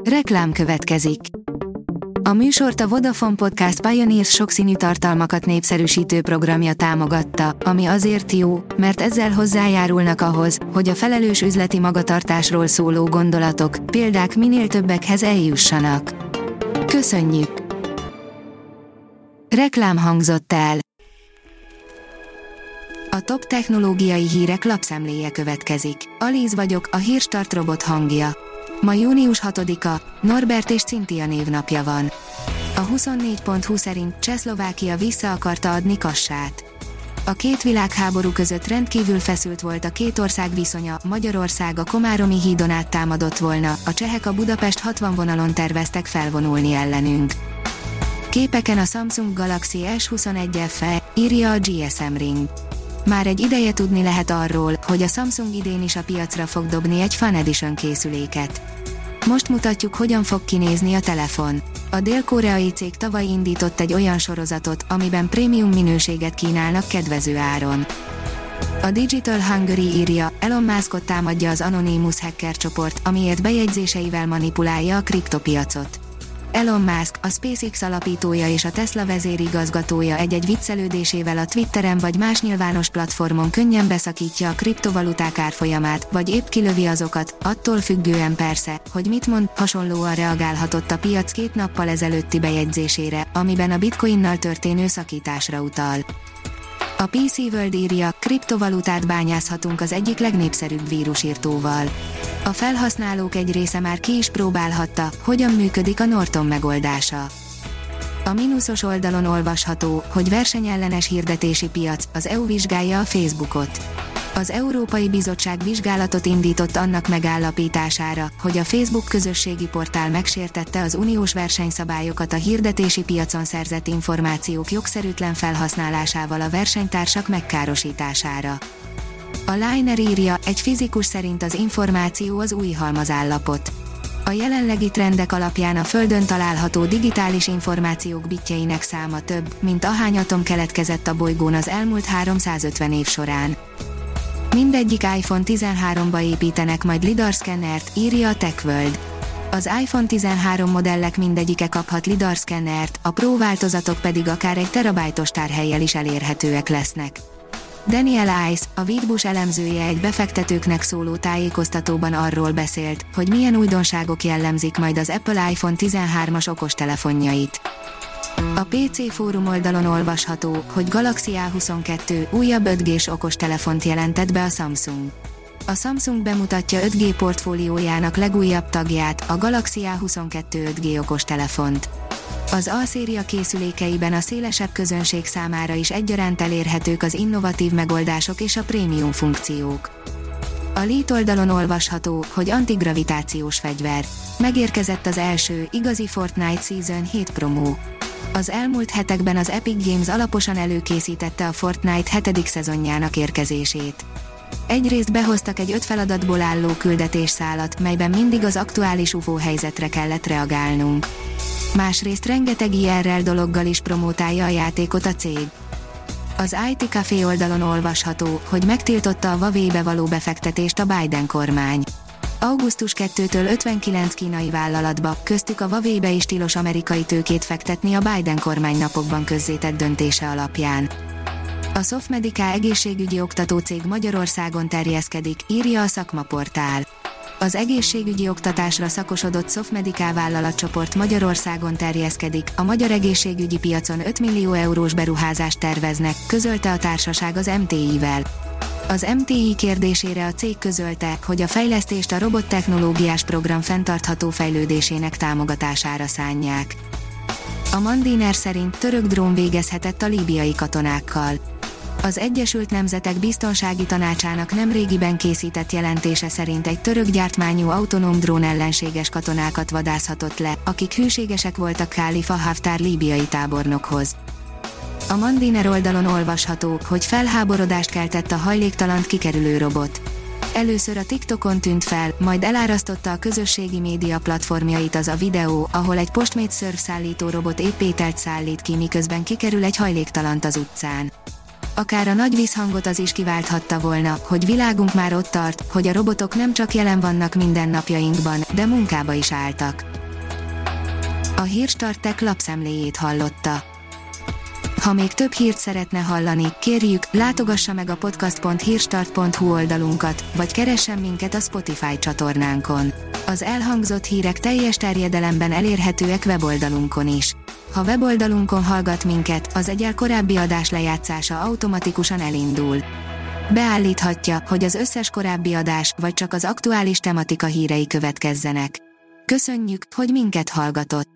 Reklám következik. A műsort a Vodafone Podcast Pioneers sokszínű tartalmakat népszerűsítő programja támogatta, ami azért jó, mert ezzel hozzájárulnak ahhoz, hogy a felelős üzleti magatartásról szóló gondolatok, példák minél többekhez eljussanak. Köszönjük! Reklám hangzott el. A top technológiai hírek lapszemléje következik. Alíz vagyok, a Hírstart robot hangja. Ma június 6-a, Norbert és Cynthia névnapja van. A 24.20 szerint Csehszlovákia vissza akarta adni Kassát. A két világháború között rendkívül feszült volt a két ország viszonya, Magyarország a Komáromi hídon áttámadott volna, a csehek a Budapest 60 vonalon terveztek felvonulni ellenünk. Képeken a Samsung Galaxy S21 FE, írja a GSM Ring. Már egy ideje tudni lehet arról, hogy a Samsung idén is a piacra fog dobni egy Fan Edition készüléket. Most mutatjuk, hogyan fog kinézni a telefon. A dél-koreai cég tavaly indított egy olyan sorozatot, amiben prémium minőséget kínálnak kedvező áron. A Digital Hungary írja, Elon Muskot támadja az Anonymous hacker csoport, amiért bejegyzéseivel manipulálja a kriptopiacot. Elon Musk, a SpaceX alapítója és a Tesla vezérigazgatója egy-egy viccelődésével a Twitteren vagy más nyilvános platformon könnyen beszakítja a kriptovaluták árfolyamát, vagy épp kilövi azokat, attól függően persze, hogy mit mond, hasonlóan reagálhatott a piac 2 nappal ezelőtti bejegyzésére, amiben a bitcoinnal történő szakításra utal. A PC World írja, kriptovalutát bányászhatunk az egyik legnépszerűbb vírusirtóval. A felhasználók egy része már ki is próbálhatta, hogyan működik a Norton megoldása. A mínuszos oldalon olvasható, hogy versenyellenes hirdetési piac, az EU vizsgálja a Facebookot. Az Európai Bizottság vizsgálatot indított annak megállapítására, hogy a Facebook közösségi portál megsértette az uniós versenyszabályokat a hirdetési piacon szerzett információk jogszerűtlen felhasználásával a versenytársak megkárosítására. A Liner írja, egy fizikus szerint az információ az új halmazállapot. A jelenlegi trendek alapján a Földön található digitális információk bitjeinek száma több, mint ahány atom keletkezett a bolygón az elmúlt 350 év során. Mindegyik iPhone 13-ba építenek majd LiDAR szkennert, írja a TechWorld. Az iPhone 13 modellek mindegyike kaphat LiDAR szkennert, a Pro változatok pedig akár 1 terabájtos tárhellyel is elérhetőek lesznek. Daniel Ice, a Widbush elemzője egy befektetőknek szóló tájékoztatóban arról beszélt, hogy milyen újdonságok jellemzik majd az Apple iPhone 13-as okostelefonjait. A PC fórum oldalon olvasható, hogy Galaxy A22 újabb 5G-s okostelefont jelentett be a Samsung. A Samsung bemutatja 5G portfóliójának legújabb tagját, a Galaxy A22 5G okostelefont. Az A-széria készülékeiben a szélesebb közönség számára is egyaránt elérhetők az innovatív megoldások és a prémium funkciók. A Lead oldalon olvasható, hogy antigravitációs fegyver. Megérkezett az első, igazi Fortnite Season 7 promó. Az elmúlt hetekben az Epic Games alaposan előkészítette a Fortnite 7. szezonjának érkezését. Egyrészt behoztak egy 5 feladatból álló küldetésszálat, melyben mindig az aktuális UFO helyzetre kellett reagálnunk. Másrészt rengeteg IRL dologgal is promótálja a játékot a cég. Az IT Café oldalon olvasható, hogy megtiltotta a Huawei-be való befektetést a Biden kormány. Augusztus 2-től 59 kínai vállalatba, köztük a Huawei-be is tilos amerikai tőkét fektetni a Biden kormány napokban közzétett döntése alapján. A Softmedica egészségügyi oktatócég Magyarországon terjeszkedik, írja a szakmaportál. Az egészségügyi oktatásra szakosodott Softmedica vállalatcsoport Magyarországon terjeszkedik, a magyar egészségügyi piacon 5 millió eurós beruházást terveznek, közölte a társaság az MTI-vel. Az MTI kérdésére a cég közölte, hogy a fejlesztést a robottechnológiás program fenntartható fejlődésének támogatására szánják. A Mandiner szerint török drón végezhetett a líbiai katonákkal. Az Egyesült Nemzetek Biztonsági Tanácsának nemrégiben készített jelentése szerint egy török gyártmányú autonóm drón ellenséges katonákat vadászhatott le, akik hűségesek voltak Khalifa Haftar líbiai tábornokhoz. A Mandiner oldalon olvasható, hogy felháborodást keltett a hajléktalant kikerülő robot. Először a TikTokon tűnt fel, majd elárasztotta a közösségi média platformjait az a videó, ahol egy Postmates szörfszállító robot épp ételt szállít ki, miközben kikerül egy hajléktalant az utcán. Akár a nagy visszhangot az is kiválthatta volna, hogy világunk már ott tart, hogy a robotok nem csak jelen vannak mindennapjainkban, de munkába is álltak. A Hírstart Tech lapszemléjét hallotta. Ha még több hírt szeretne hallani, kérjük, látogassa meg a podcast.hírstart.hu oldalunkat, vagy keressen minket a Spotify csatornánkon. Az elhangzott hírek teljes terjedelemben elérhetőek weboldalunkon is. Ha weboldalunkon hallgat minket, az egyel korábbi adás lejátszása automatikusan elindul. Beállíthatja, hogy az összes korábbi adás, vagy csak az aktuális tematika hírei következzenek. Köszönjük, hogy minket hallgatott!